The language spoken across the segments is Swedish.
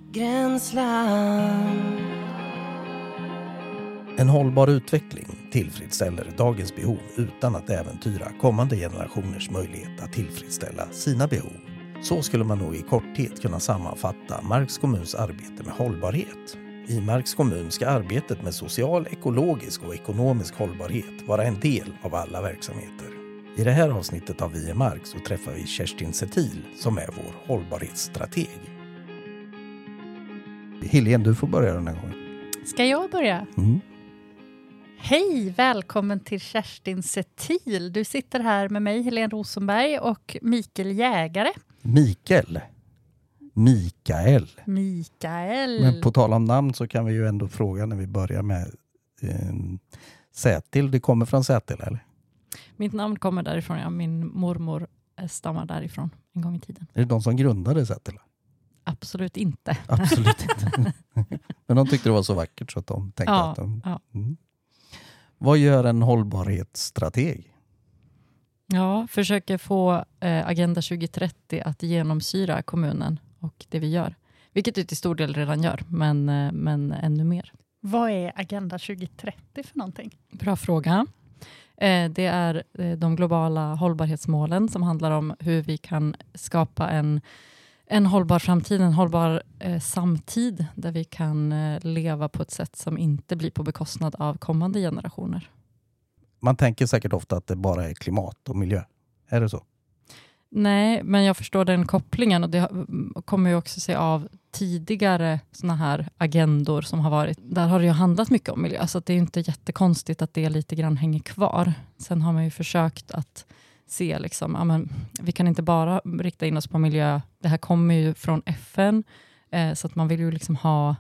Gränsland. En hållbar utveckling tillfredsställer dagens behov utan att äventyra kommande generationers möjlighet att tillfredsställa sina behov. Så skulle man nog i korthet kunna sammanfatta Marks kommuns arbete med hållbarhet. I Marks kommun ska arbetet med social, ekologisk och ekonomisk hållbarhet vara en del av alla verksamheter. I det här avsnittet av Vi är Mark så träffar vi Kerstin Setil som är vår hållbarhetsstrateg. Helene, du får börja den här gången. Ska jag börja? Mm. Hej, välkommen till Kerstin Setil. Du sitter här med mig, Helene Rosenberg, och Mikael Jägare. Mikael. Men på tal om namn så kan vi ju ändå fråga när vi börjar med Sätil. Det kommer från Sätil, eller? Mitt namn kommer därifrån, ja. Min mormor stammar därifrån en gång i tiden. Är det de som grundade Sätil? Absolut inte. Absolut inte. Men de tyckte det var så vackert så att de tänkte att de... Ja. Mm. Vad gör en hållbarhetsstrateg? Ja, försöker få Agenda 2030 att genomsyra kommunen och det vi gör. Vilket vi till stor del redan gör, men ännu mer. Vad är Agenda 2030 för någonting? Bra fråga. Det är de globala hållbarhetsmålen som handlar om hur vi kan skapa en hållbar framtid, en hållbar samtid där vi kan leva på ett sätt som inte blir på bekostnad av kommande generationer. Man tänker säkert ofta att det bara är klimat och miljö. Är det så? Nej, men jag förstår den kopplingen och det kommer ju också se av tidigare såna här agendor som har varit. Där har det ju handlat mycket om miljö, så det är inte jättekonstigt att det lite grann hänger kvar. Sen har man ju försökt att se liksom, ja, men vi kan inte bara rikta in oss på miljö. Det här kommer ju från FN, så att man vill ju liksom ha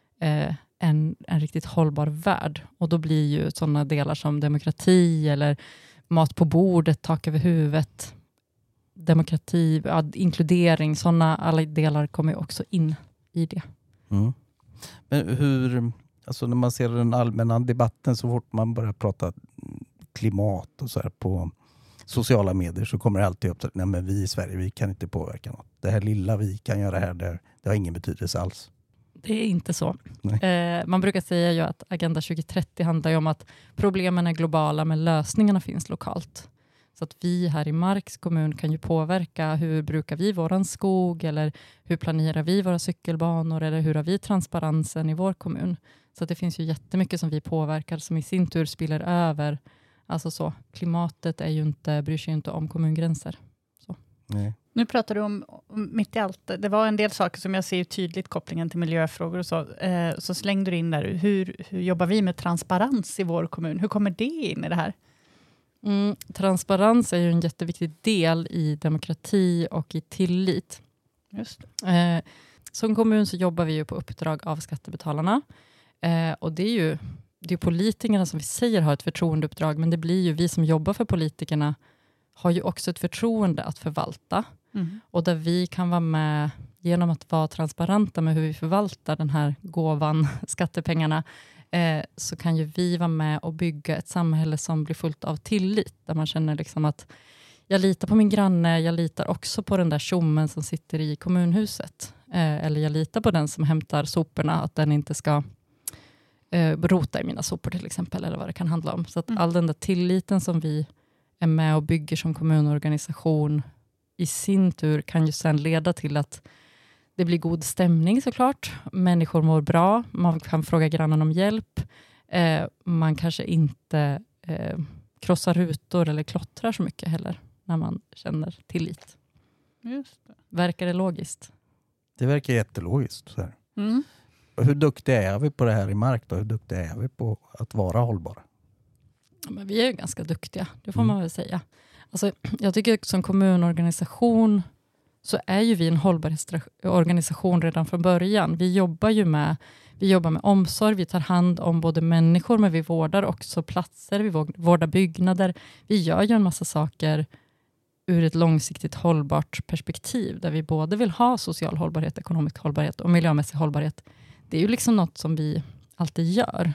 en riktigt hållbar värld. Och då blir ju sådana delar som demokrati eller mat på bordet, tak över huvudet, demokrati, inkludering, sådana alla delar kommer ju också in i det. Mm. Men hur, alltså när man ser den allmänna debatten så fort man börjar prata klimat och så här på sociala medier så kommer det alltid upp att nej, men vi i Sverige, vi kan inte påverka något. Det här lilla vi kan göra här, det har ingen betydelse alls. Det är inte så. Man brukar säga ju att Agenda 2030 handlar ju om att problemen är globala men lösningarna finns lokalt. Så att vi här i Marks kommun kan ju påverka hur brukar vi våran skog eller hur planerar vi våra cykelbanor eller hur har vi transparensen i vår kommun. Så att det finns ju jättemycket som vi påverkar som i sin tur spiller över. Alltså så, klimatet är ju inte, bryr sig ju inte om kommungränser. Så. Nej. Nu pratar du om mitt i allt. Det var en del saker som jag ser tydligt kopplingen till miljöfrågor och så. Så slängde du in där. Hur jobbar vi med transparens i vår kommun? Hur kommer det in i det här? Transparens är ju en jätteviktig del i demokrati och i tillit. Just det. Som kommun så jobbar vi ju på uppdrag av skattebetalarna. Och det är ju politikerna som vi säger har ett förtroendeuppdrag, men det blir ju vi som jobbar för politikerna har ju också ett förtroende att förvalta. Mm. Och där vi kan vara med genom att vara transparenta med hur vi förvaltar den här gåvan, skattepengarna, så kan ju vi vara med och bygga ett samhälle som blir fullt av tillit. Där man känner liksom att jag litar på min granne, jag litar också på den där tjommen som sitter i kommunhuset. Eller jag litar på den som hämtar soporna, att den inte ska rota i mina sopor till exempel, eller vad det kan handla om. Så att all den där tilliten som vi är med och bygger som kommunorganisation i sin tur kan ju sen leda till att det blir god stämning såklart. Människor mår bra, man kan fråga grannen om hjälp. Man kanske inte krossar rutor eller klottrar så mycket heller när man känner tillit. Just det. Verkar det logiskt? Det verkar jättelogiskt. Så här. Mm. Hur duktiga är vi på det här i Mark då? Hur duktiga är vi på att vara hållbara? Ja, men vi är ju ganska duktiga, det får man väl säga. Alltså, jag tycker som kommunorganisation så är ju vi en hållbarhetsorganisation redan från början. Vi jobbar med omsorg, vi tar hand om både människor, men vi vårdar också platser, vi vårdar byggnader. Vi gör ju en massa saker ur ett långsiktigt hållbart perspektiv där vi både vill ha social hållbarhet, ekonomisk hållbarhet och miljömässig hållbarhet. Det är ju liksom något som vi alltid gör.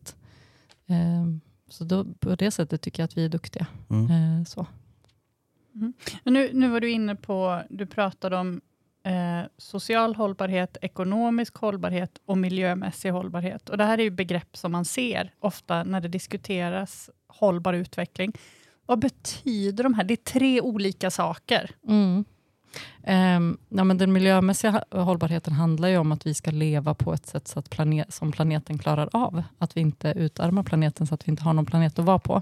Så då, på det sättet tycker jag att vi är duktiga. Så. Mm. Nu var du inne på, du pratade om social hållbarhet, ekonomisk hållbarhet och miljömässig hållbarhet. Och det här är ju begrepp som man ser ofta när det diskuteras hållbar utveckling. Vad betyder de här? Det är 3 olika saker. Men den miljömässiga hållbarheten handlar ju om att vi ska leva på ett sätt så att som planeten klarar av. Att vi inte utarmar planeten så att vi inte har någon planet att vara på.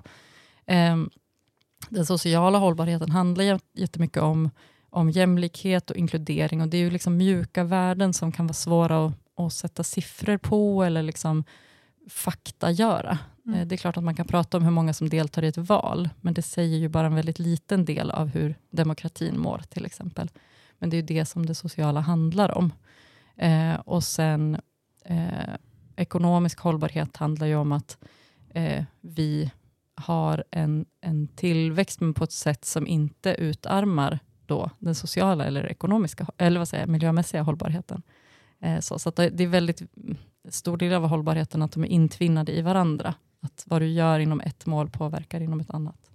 Den sociala hållbarheten handlar jättemycket om jämlikhet och inkludering. Och det är ju liksom mjuka värden som kan vara svåra att sätta siffror på eller liksom fakta göra. Det är klart att man kan prata om hur många som deltar i ett val. Men det säger ju bara en väldigt liten del av hur demokratin mår till exempel. Men det är ju det som det sociala handlar om. Och sen ekonomisk hållbarhet handlar ju om att vi har en tillväxt men på ett sätt som inte utarmar då den sociala eller ekonomiska eller miljömässiga hållbarheten. Så att det är väldigt stor del av hållbarheten att de är intvinnade i varandra. Att vad du gör inom ett mål påverkar inom ett annat.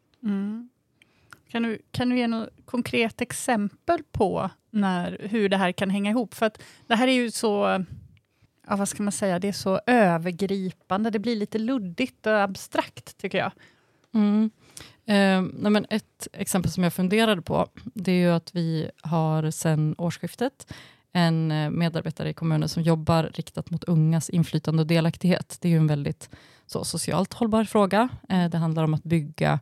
Kan du ge något konkret exempel på hur det här kan hänga ihop? För att det här är ju så, vad ska man säga, det är så övergripande. Det blir lite luddigt och abstrakt tycker jag. Men ett exempel som jag funderade på, det är ju att vi har sedan årsskiftet en medarbetare i kommunen som jobbar riktat mot ungas inflytande och delaktighet. Det är ju en väldigt socialt hållbar fråga. Det handlar om att bygga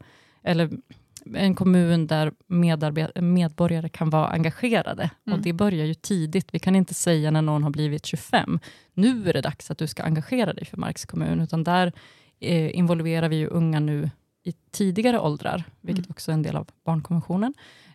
en kommun där medborgare kan vara engagerade. Och det börjar ju tidigt. Vi kan inte säga när någon har blivit 25. Nu är det dags att du ska engagera dig för Marks kommun. Utan där involverar vi ju unga nu i tidigare åldrar. Vilket också är en del av barnkonventionen.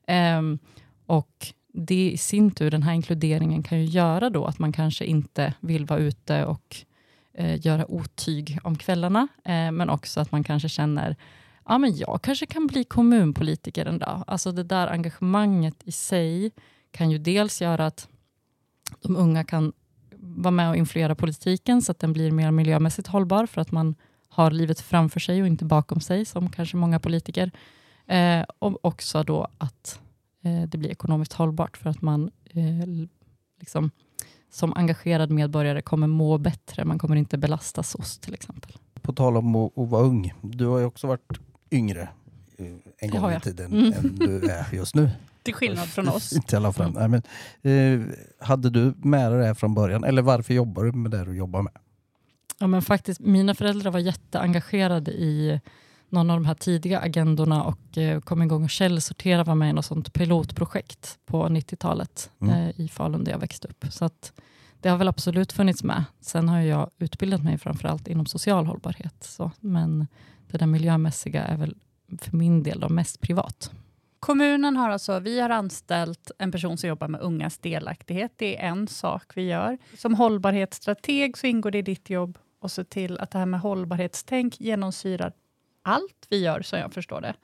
Och det i sin tur, den här inkluderingen kan ju göra då att man kanske inte vill vara ute och göra otyg om kvällarna. Men också att man kanske känner, men jag kanske kan bli kommunpolitiker en dag. Alltså det där engagemanget i sig kan ju dels göra att de unga kan vara med och influera politiken så att den blir mer miljömässigt hållbar för att man har livet framför sig och inte bakom sig som kanske många politiker. Och också då att det blir ekonomiskt hållbart för att man liksom, som engagerad medborgare kommer må bättre. Man kommer inte belastas oss till exempel. På tal om att vara ung. Du har ju också varit yngre en gång i tiden än du är just nu. Till skillnad från oss. Inte i alla fall. Nej, men, hade du med dig det här från början? Eller varför jobbar du med det du jobbar med? Ja, men faktiskt, mina föräldrar var jätteengagerade i någon av de här tidiga agendorna och kom igång och källsortera var med i något sånt pilotprojekt på 90-talet i Falun där jag växte upp. Så att det har väl absolut funnits med. Sen har jag utbildat mig framförallt inom social hållbarhet. Så, men det där miljömässiga är väl för min del då mest privat. Kommunen har vi har anställt en person som jobbar med ungas delaktighet. Det är en sak vi gör. Som hållbarhetsstrateg så ingår det i ditt jobb och se till att det här med hållbarhetstänk genomsyrar allt vi gör, så jag förstår det.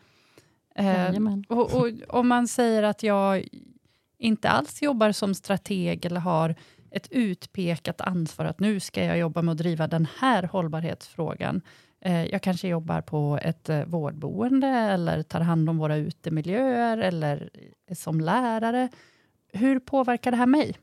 Och om man säger att jag inte alls jobbar som strateg eller har ett utpekat ansvar att nu ska jag jobba med att driva den här hållbarhetsfrågan. Jag kanske jobbar på ett vårdboende eller tar hand om våra utemiljöer eller som lärare. Hur påverkar det här mig?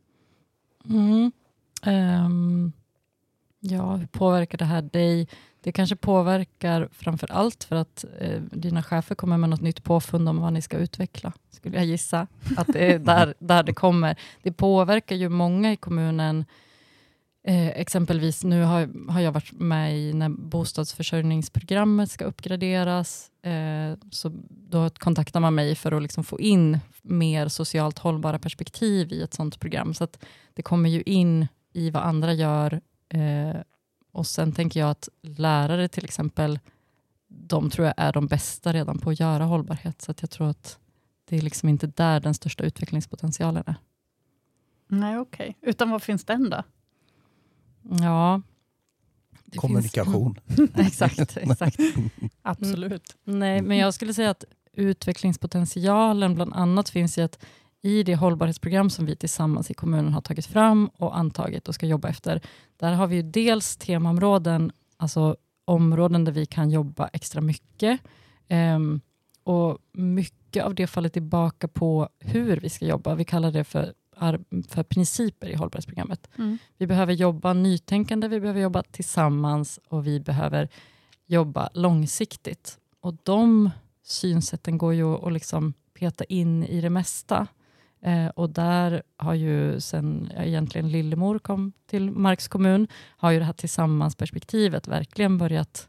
Hur påverkar det här dig? Det kanske påverkar framför allt för att dina chefer kommer med något nytt påfund om vad ni ska utveckla. Skulle jag gissa att det är där det kommer. Det påverkar ju många i kommunen. Exempelvis nu har jag varit med i när bostadsförsörjningsprogrammet ska uppgraderas. Så då kontaktar man mig för att liksom få in mer socialt hållbara perspektiv i ett sånt program. Så att det kommer ju in i vad andra gör. Och sen tänker jag att lärare till exempel, de tror jag är de bästa redan på att göra hållbarhet. Så att jag tror att det är liksom inte där den största utvecklingspotentialen är. Nej, okej. Utan vad finns den då? Ja. Kommunikation. Exakt. Absolut. Nej, men jag skulle säga att utvecklingspotentialen bland annat finns i att i det hållbarhetsprogram som vi tillsammans i kommunen har tagit fram och antagit och ska jobba efter. Där har vi ju dels temaområden, alltså områden där vi kan jobba extra mycket. Och mycket mycket av det faller tillbaka på hur vi ska jobba. Vi kallar det för principer i hållbarhetsprogrammet. Vi behöver jobba nytänkande, vi behöver jobba tillsammans och vi behöver jobba långsiktigt. Och de synsätten går ju att liksom peta in i det mesta. Och där har ju sen egentligen Lillemor kom till Marks kommun, har ju det här tillsammansperspektivet verkligen börjat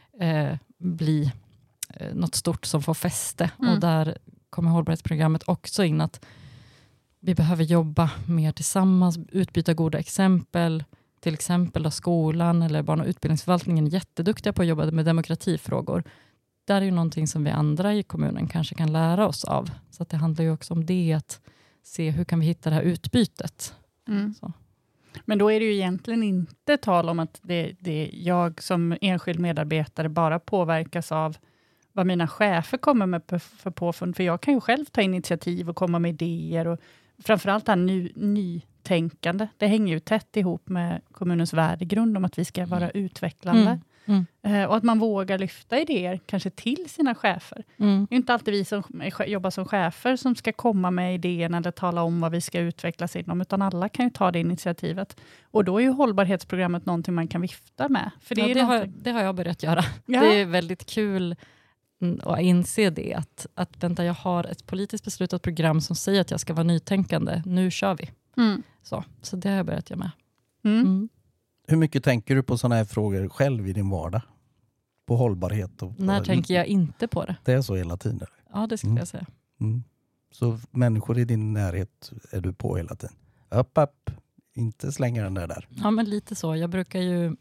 bli något stort som får fäste. Och där kommer hållbarhetsprogrammet också in att vi behöver jobba mer tillsammans, utbyta goda exempel. Till exempel då skolan eller barn- och utbildningsförvaltningen är jätteduktiga på att jobba med demokratifrågor. Där är ju någonting som vi andra i kommunen kanske kan lära oss av. Så att det handlar ju också om det, att se hur kan vi hitta det här utbytet. Så. Men då är det ju egentligen inte tal om att det jag som enskild medarbetare bara påverkas av vad mina chefer kommer med för påfund. För jag kan ju själv ta initiativ och komma med idéer. Och framförallt det här nytänkande. Det hänger ju tätt ihop med kommunens värdegrund om att vi ska vara utvecklande. Och att man vågar lyfta idéer kanske till sina chefer. Det är inte alltid vi som jobbar som chefer som ska komma med idéerna eller tala om vad vi ska utvecklas inom, utan alla kan ju ta det initiativet. Och då är ju hållbarhetsprogrammet någonting man kan vifta med. För det har jag börjat göra. Ja. Det är väldigt kul att inse det. Att vänta, jag har ett politiskt beslutat program som säger att jag ska vara nytänkande. Nu kör vi. Så det har jag börjat göra med. Hur mycket tänker du på sådana här frågor själv i din vardag? På hållbarhet? När tänker jag inte på det? Det är så hela tiden? Ja, det skulle jag säga. Så människor i din närhet är du på hela tiden? Upp. Inte slänga den där. Ja, men lite så. Jag brukar ju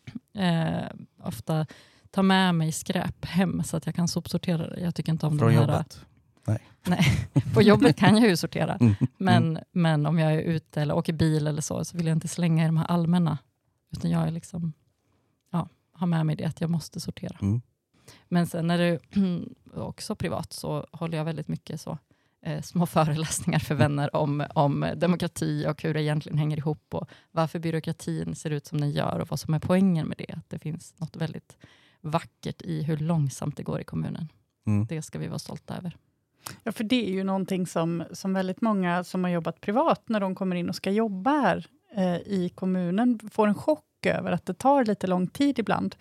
ofta ta med mig skräp hem så att jag kan sopsortera det. Jag tycker inte om från de här... jobbet? Nej. På jobbet kan jag ju sortera. Men om jag är ute eller åker bil eller så vill jag inte slänga i de här allmänna. Utan jag är liksom, har med mig det att jag måste sortera. Men sen när det också privat så håller jag väldigt mycket så små föreläsningar för vänner om demokrati och hur det egentligen hänger ihop och varför byråkratin ser ut som den gör och vad som är poängen med det. Att det finns något väldigt vackert i hur långsamt det går i kommunen. Det ska vi vara stolta över. Ja, för det är ju någonting som väldigt många som har jobbat privat när de kommer in och ska jobba här i kommunen får en chock över att det tar lite lång tid ibland.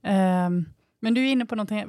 Men du är inne på någonting.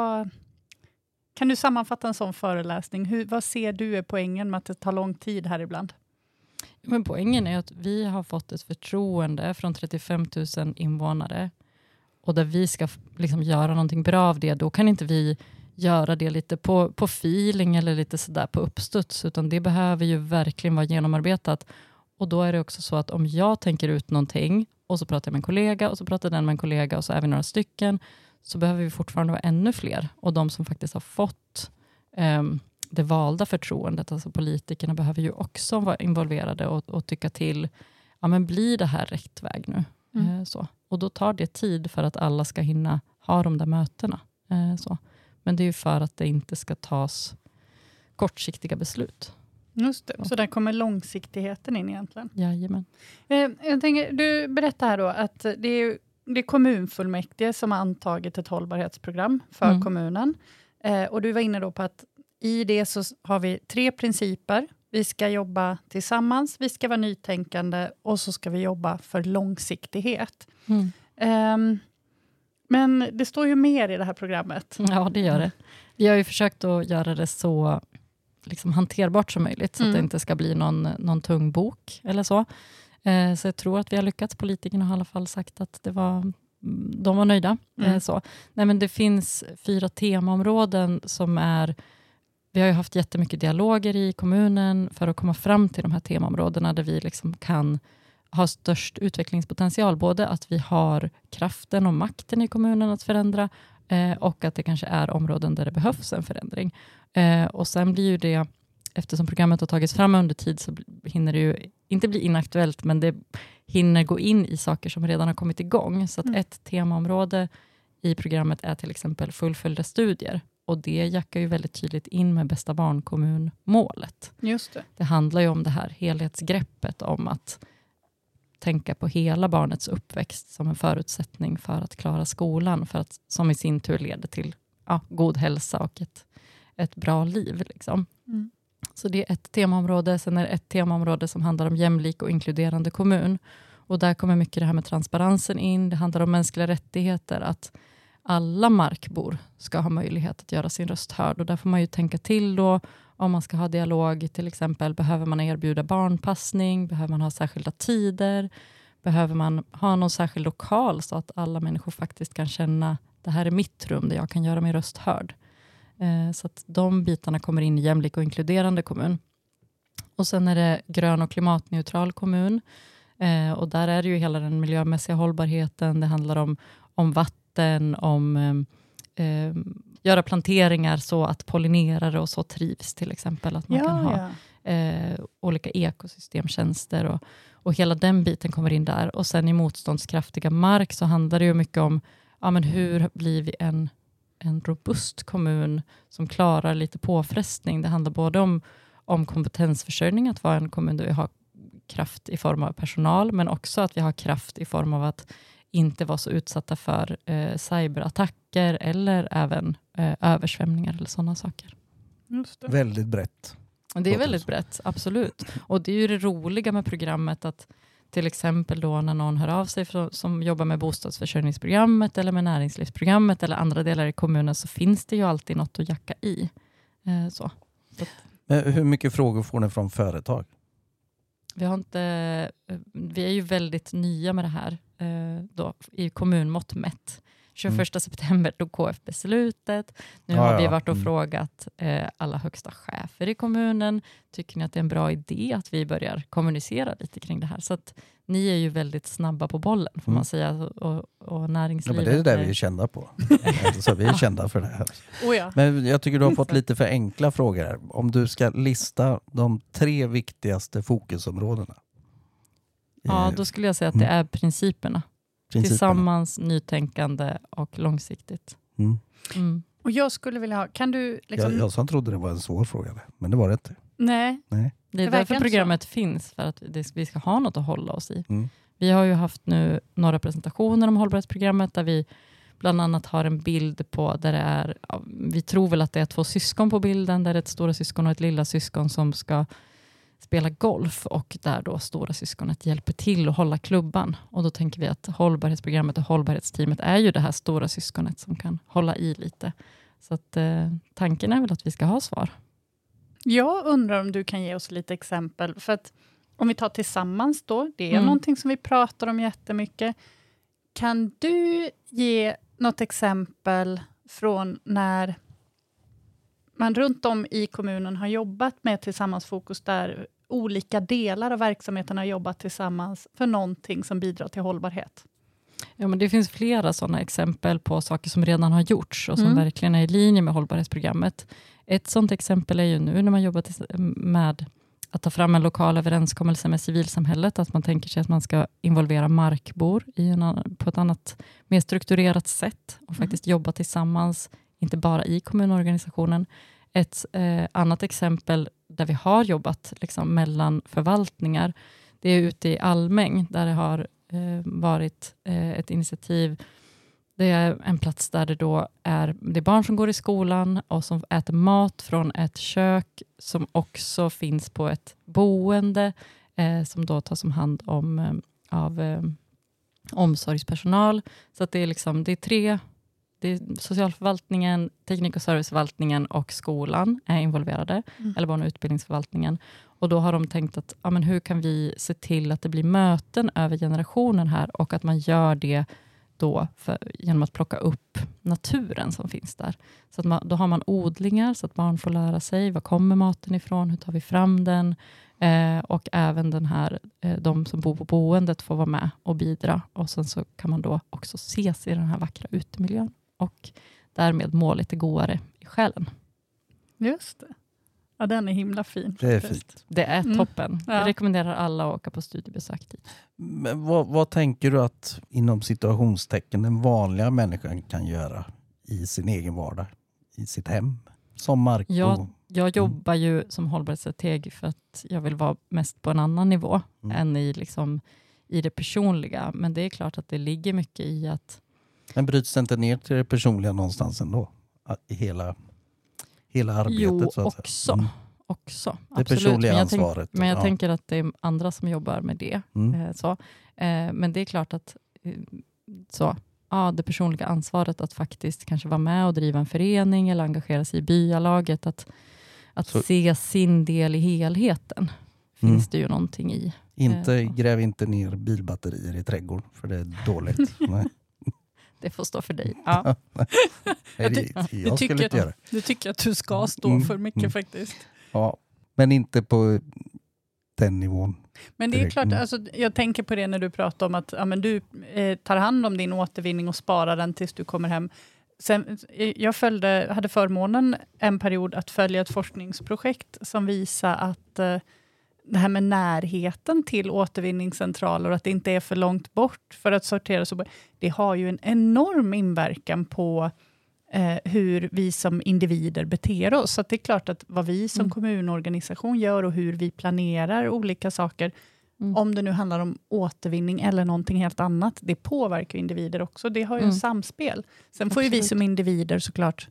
Kan du sammanfatta en sån föreläsning? Vad ser du är poängen med att det tar lång tid här ibland? Men poängen är att vi har fått ett förtroende från 35 000 invånare. Och där vi ska liksom göra någonting bra av det. Då kan inte vi göra det lite på feeling eller lite sådär på uppstuds. Utan det behöver ju verkligen vara genomarbetat. Och då är det också så att om jag tänker ut någonting och så pratar jag med en kollega och så pratar den med en kollega och så är vi några stycken, så behöver vi fortfarande vara ännu fler. Och de som faktiskt har fått det valda förtroendet, alltså politikerna, behöver ju också vara involverade och tycka till. Ja, men blir det här rätt väg nu? Så. Och då tar det tid för att alla ska hinna ha de där mötena. Så. Men det är ju för att det inte ska tas kortsiktiga beslut. Just det. Så där kommer långsiktigheten in egentligen. Jajamän. Jag tänker, du berättar här då att det är kommunfullmäktige som har antagit ett hållbarhetsprogram för kommunen. Och du var inne då på att i det så har vi 3 principer. Vi ska jobba tillsammans, vi ska vara nytänkande och så ska vi jobba för långsiktighet. Men det står ju mer i det här programmet. Ja, det gör det. Vi har ju försökt att göra det så liksom hanterbart som möjligt. Så att det inte ska bli någon tung bok eller så. Så jag tror att vi har lyckats. Politikerna har i alla fall sagt att de var nöjda. Så. Nej, men det finns 4 temaområden som är... Vi har ju haft jättemycket dialoger i kommunen för att komma fram till de här temaområdena där vi liksom kan ha störst utvecklingspotential. Både att vi har kraften och makten i kommunen att förändra och att det kanske är områden där det behövs en förändring. Och sen blir ju det, eftersom programmet har tagits fram under tid, så hinner det ju inte bli inaktuellt, men det hinner gå in i saker som redan har kommit igång. Så att ett temaområde i programmet är till exempel fullföljda studier. Och det jackar ju väldigt tydligt in med bästa barnkommunmålet. Just det. Det handlar ju om det här helhetsgreppet om att tänka på hela barnets uppväxt som en förutsättning för att klara skolan. För att, som i sin tur leder till god hälsa och ett ett bra liv. Liksom. Så det är ett temaområde. Sen är det ett temaområde som handlar om jämlik och inkluderande kommun. Och där kommer mycket det här med transparensen in. Det handlar om mänskliga rättigheter. Att alla markbor ska ha möjlighet att göra sin röst hörd. Och där får man ju tänka till då. Om man ska ha dialog till exempel. Behöver man erbjuda barnpassning? Behöver man ha särskilda tider? Behöver man ha någon särskild lokal så att alla människor faktiskt kan känna det här är mitt rum där jag kan göra min röst hörd. Så att de bitarna kommer in i jämlik och inkluderande kommun. Och sen är det grön och klimatneutral kommun. Och där är det ju hela den miljömässiga hållbarheten. Det handlar om vatten, om göra planteringar så att pollinerare och så trivs till exempel. Att man kan ha olika ekosystemtjänster och hela den biten kommer in där. Och sen i motståndskraftiga mark så handlar det ju mycket om men hur blir vi en robust kommun som klarar lite påfrestning. Det handlar både om kompetensförsörjning, att vara en kommun där vi har kraft i form av personal, men också att vi har kraft i form av att inte vara så utsatta för cyberattacker eller även översvämningar eller sådana saker. Just det. Väldigt brett. Det är väldigt brett, absolut. Och det är ju det roliga med programmet att till exempel då när någon hör av sig som jobbar med bostadsförsörjningsprogrammet eller med näringslivsprogrammet eller andra delar i kommunen så finns det ju alltid något att jacka i. Så. Men hur mycket frågor får ni från företag? Vi är ju väldigt nya med det här då, i kommunmått mätt. 21 september tog KF beslutet. Nu har vi varit och frågat alla högsta chefer i kommunen. Tycker ni att det är en bra idé att vi börjar kommunicera lite kring det här? Så att ni är ju väldigt snabba på bollen får man säga. Och näringslivet. Ja, men det är det vi är kända på. Så vi är kända för det här. Men jag tycker du har fått lite för enkla frågor här. Om du ska lista de 3 viktigaste fokusområdena. Ja, då skulle jag säga att det är principerna. Tillsammans, nytänkande och långsiktigt. Och jag skulle vilja ha, kan du liksom... Jag som trodde det var en svår fråga, men det var det inte. Nej. Det är därför programmet finns, för att vi ska ha något att hålla oss i. Vi har ju haft nu några presentationer om hållbarhetsprogrammet där vi bland annat har en bild på där det är, vi tror väl att det är 2 syskon på bilden, där det är ett stora syskon och ett lilla syskon som ska spela golf och där då stora syskonet hjälper till att hålla klubban. Och då tänker vi att hållbarhetsprogrammet och hållbarhetsteamet är ju det här stora syskonet som kan hålla i lite. Så att tanken är väl att vi ska ha svar. Jag undrar om du kan ge oss lite exempel. För att om vi tar tillsammans då, det är någonting som vi pratar om jättemycket. Kan du ge något exempel från när man runt om i kommunen har jobbat med tillsammansfokus där olika delar av verksamheten har jobbat tillsammans för någonting som bidrar till hållbarhet? Ja, men det finns flera sådana exempel på saker som redan har gjorts och som verkligen är i linje med hållbarhetsprogrammet. Ett sådant exempel är ju nu när man jobbar med att ta fram en lokal överenskommelse med civilsamhället, att man tänker sig att man ska involvera markbor på ett annat, mer strukturerat sätt och faktiskt jobba tillsammans, inte bara i kommunorganisationen. Ett annat exempel där vi har jobbat liksom, mellan förvaltningar, det är ute i Almäng där det har varit ett initiativ. Det är en plats där det är barn som går i skolan och som äter mat från ett kök som också finns på ett boende som då tas om hand om av omsorgspersonal. Så att det är 3. Det är socialförvaltningen, teknik- och serviceförvaltningen och skolan är involverade. Eller barn- och utbildningsförvaltningen. Och då har de tänkt att hur kan vi se till att det blir möten över generationen här. Och att man gör det då genom att plocka upp naturen som finns där. Så att då har man odlingar så att barn får lära sig. Var kommer maten ifrån? Hur tar vi fram den? Och även de som bor på boendet får vara med och bidra. Och sen så kan man då också ses i den här vackra utemiljön. Och därmed må lite godare i själen. Just det. Ja, den är himla fin. Det är fint. Det är toppen. Jag rekommenderar alla att åka på studiebesök dit. Men vad tänker du att inom situationstecken den vanliga människan kan göra i sin egen vardag? I sitt hem? Som markbo? Jag jobbar ju som hållbarhetsstrateg för att jag vill vara mest på en annan nivå än i det personliga. Men det är klart att det ligger mycket i att... Men bryts det inte ner till det personliga någonstans ändå? I hela hela arbetet. Så att också. säga. Också. Det Absolut. personliga ansvaret. Men jag tänker att det är andra som jobbar med det. Men det är klart att det personliga ansvaret att faktiskt kanske vara med och driva en förening eller engagera sig i byalaget, att se sin del i helheten, finns det ju någonting i. Gräv inte ner bilbatterier i trädgården, för det är dåligt. Nej. Det får stå för dig. Ja. Jag skulle inte göra det. Du tycker att du ska stå för mycket faktiskt. Ja, men inte på den nivån. Men det är klart, alltså, jag tänker på det när du pratar om att du tar hand om din återvinning och sparar den tills du kommer hem. Sen, jag hade förmånen en period att följa ett forskningsprojekt som visar att det här med närheten till återvinningscentraler och att det inte är för långt bort för att sortera, så det har ju en enorm inverkan på hur vi som individer beter oss. Så att det är klart att vad vi som kommunorganisation gör och hur vi planerar olika saker, om det nu handlar om återvinning eller någonting helt annat, det påverkar individer också. Det har ju en samspel. Sen får ju vi som individer såklart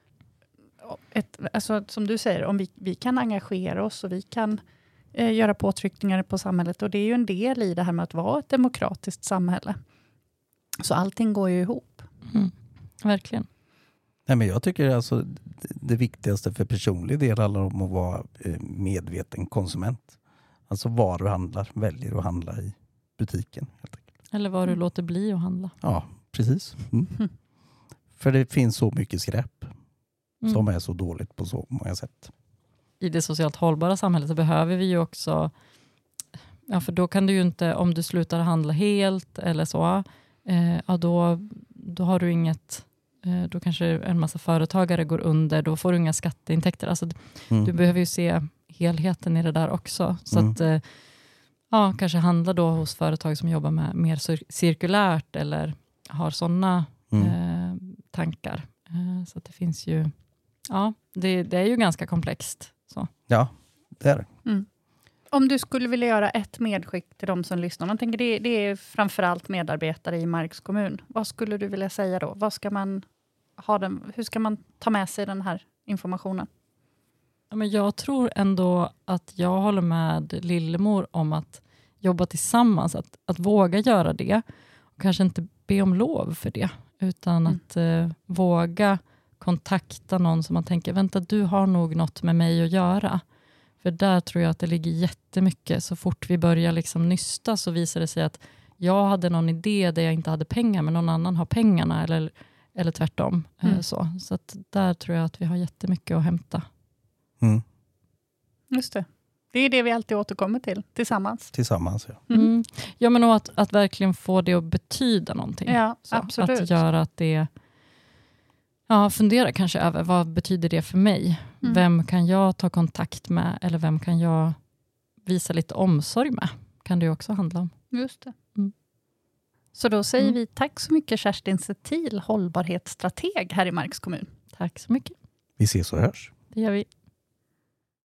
som du säger, om vi kan engagera oss och vi kan göra påtryckningar på samhället, och det är ju en del i det här med att vara ett demokratiskt samhälle. Så allting går ju ihop. Verkligen. Nej, men jag tycker alltså det viktigaste för personlig del handlar om att vara medveten konsument. Alltså var du väljer att handla i butiken. Helt enkelt. Eller var du låter bli att handla. Ja, precis. För det finns så mycket skräp som är så dåligt på så många sätt. I det socialt hållbara samhället så behöver vi ju också, för då kan du ju inte, om du slutar handla helt eller så, då har du inget, då kanske en massa företagare går under, då får du inga skatteintäkter. Alltså, du behöver ju se helheten i det där också. Så att kanske handla då hos företag som jobbar med mer cirkulärt eller har sådana tankar. Så att det finns ju, det är ju ganska komplext. Så. Ja, det är det. Om du skulle vilja göra ett medskick till de som lyssnar, man tänker det är framförallt medarbetare i Marks kommun. Vad skulle du vilja säga då? Vad ska man hur ska man ta med sig den här informationen? Ja, men jag tror ändå att jag håller med Lillemor om att jobba tillsammans, att våga göra det och kanske inte be om lov för det, utan att våga kontakta någon som man tänker, vänta, du har nog något med mig att göra. För där tror jag att det ligger jättemycket. Så fort vi börjar liksom nysta så visar det sig att jag hade någon idé där jag inte hade pengar, men någon annan har pengarna eller tvärtom. Så att där tror jag att vi har jättemycket att hämta. Just det. Det är det vi alltid återkommer till, tillsammans. Tillsammans, ja. Ja, men att verkligen få det att betyda någonting. Ja, så, absolut. Att göra att det... Ja, fundera kanske över vad betyder det för mig? Vem kan jag ta kontakt med? Eller vem kan jag visa lite omsorg med? Kan det ju också handla om. Just det. Så då säger vi tack så mycket Kerstin Setil, hållbarhetsstrateg här i Marks kommun. Tack så mycket. Vi ses och hörs. Det gör vi.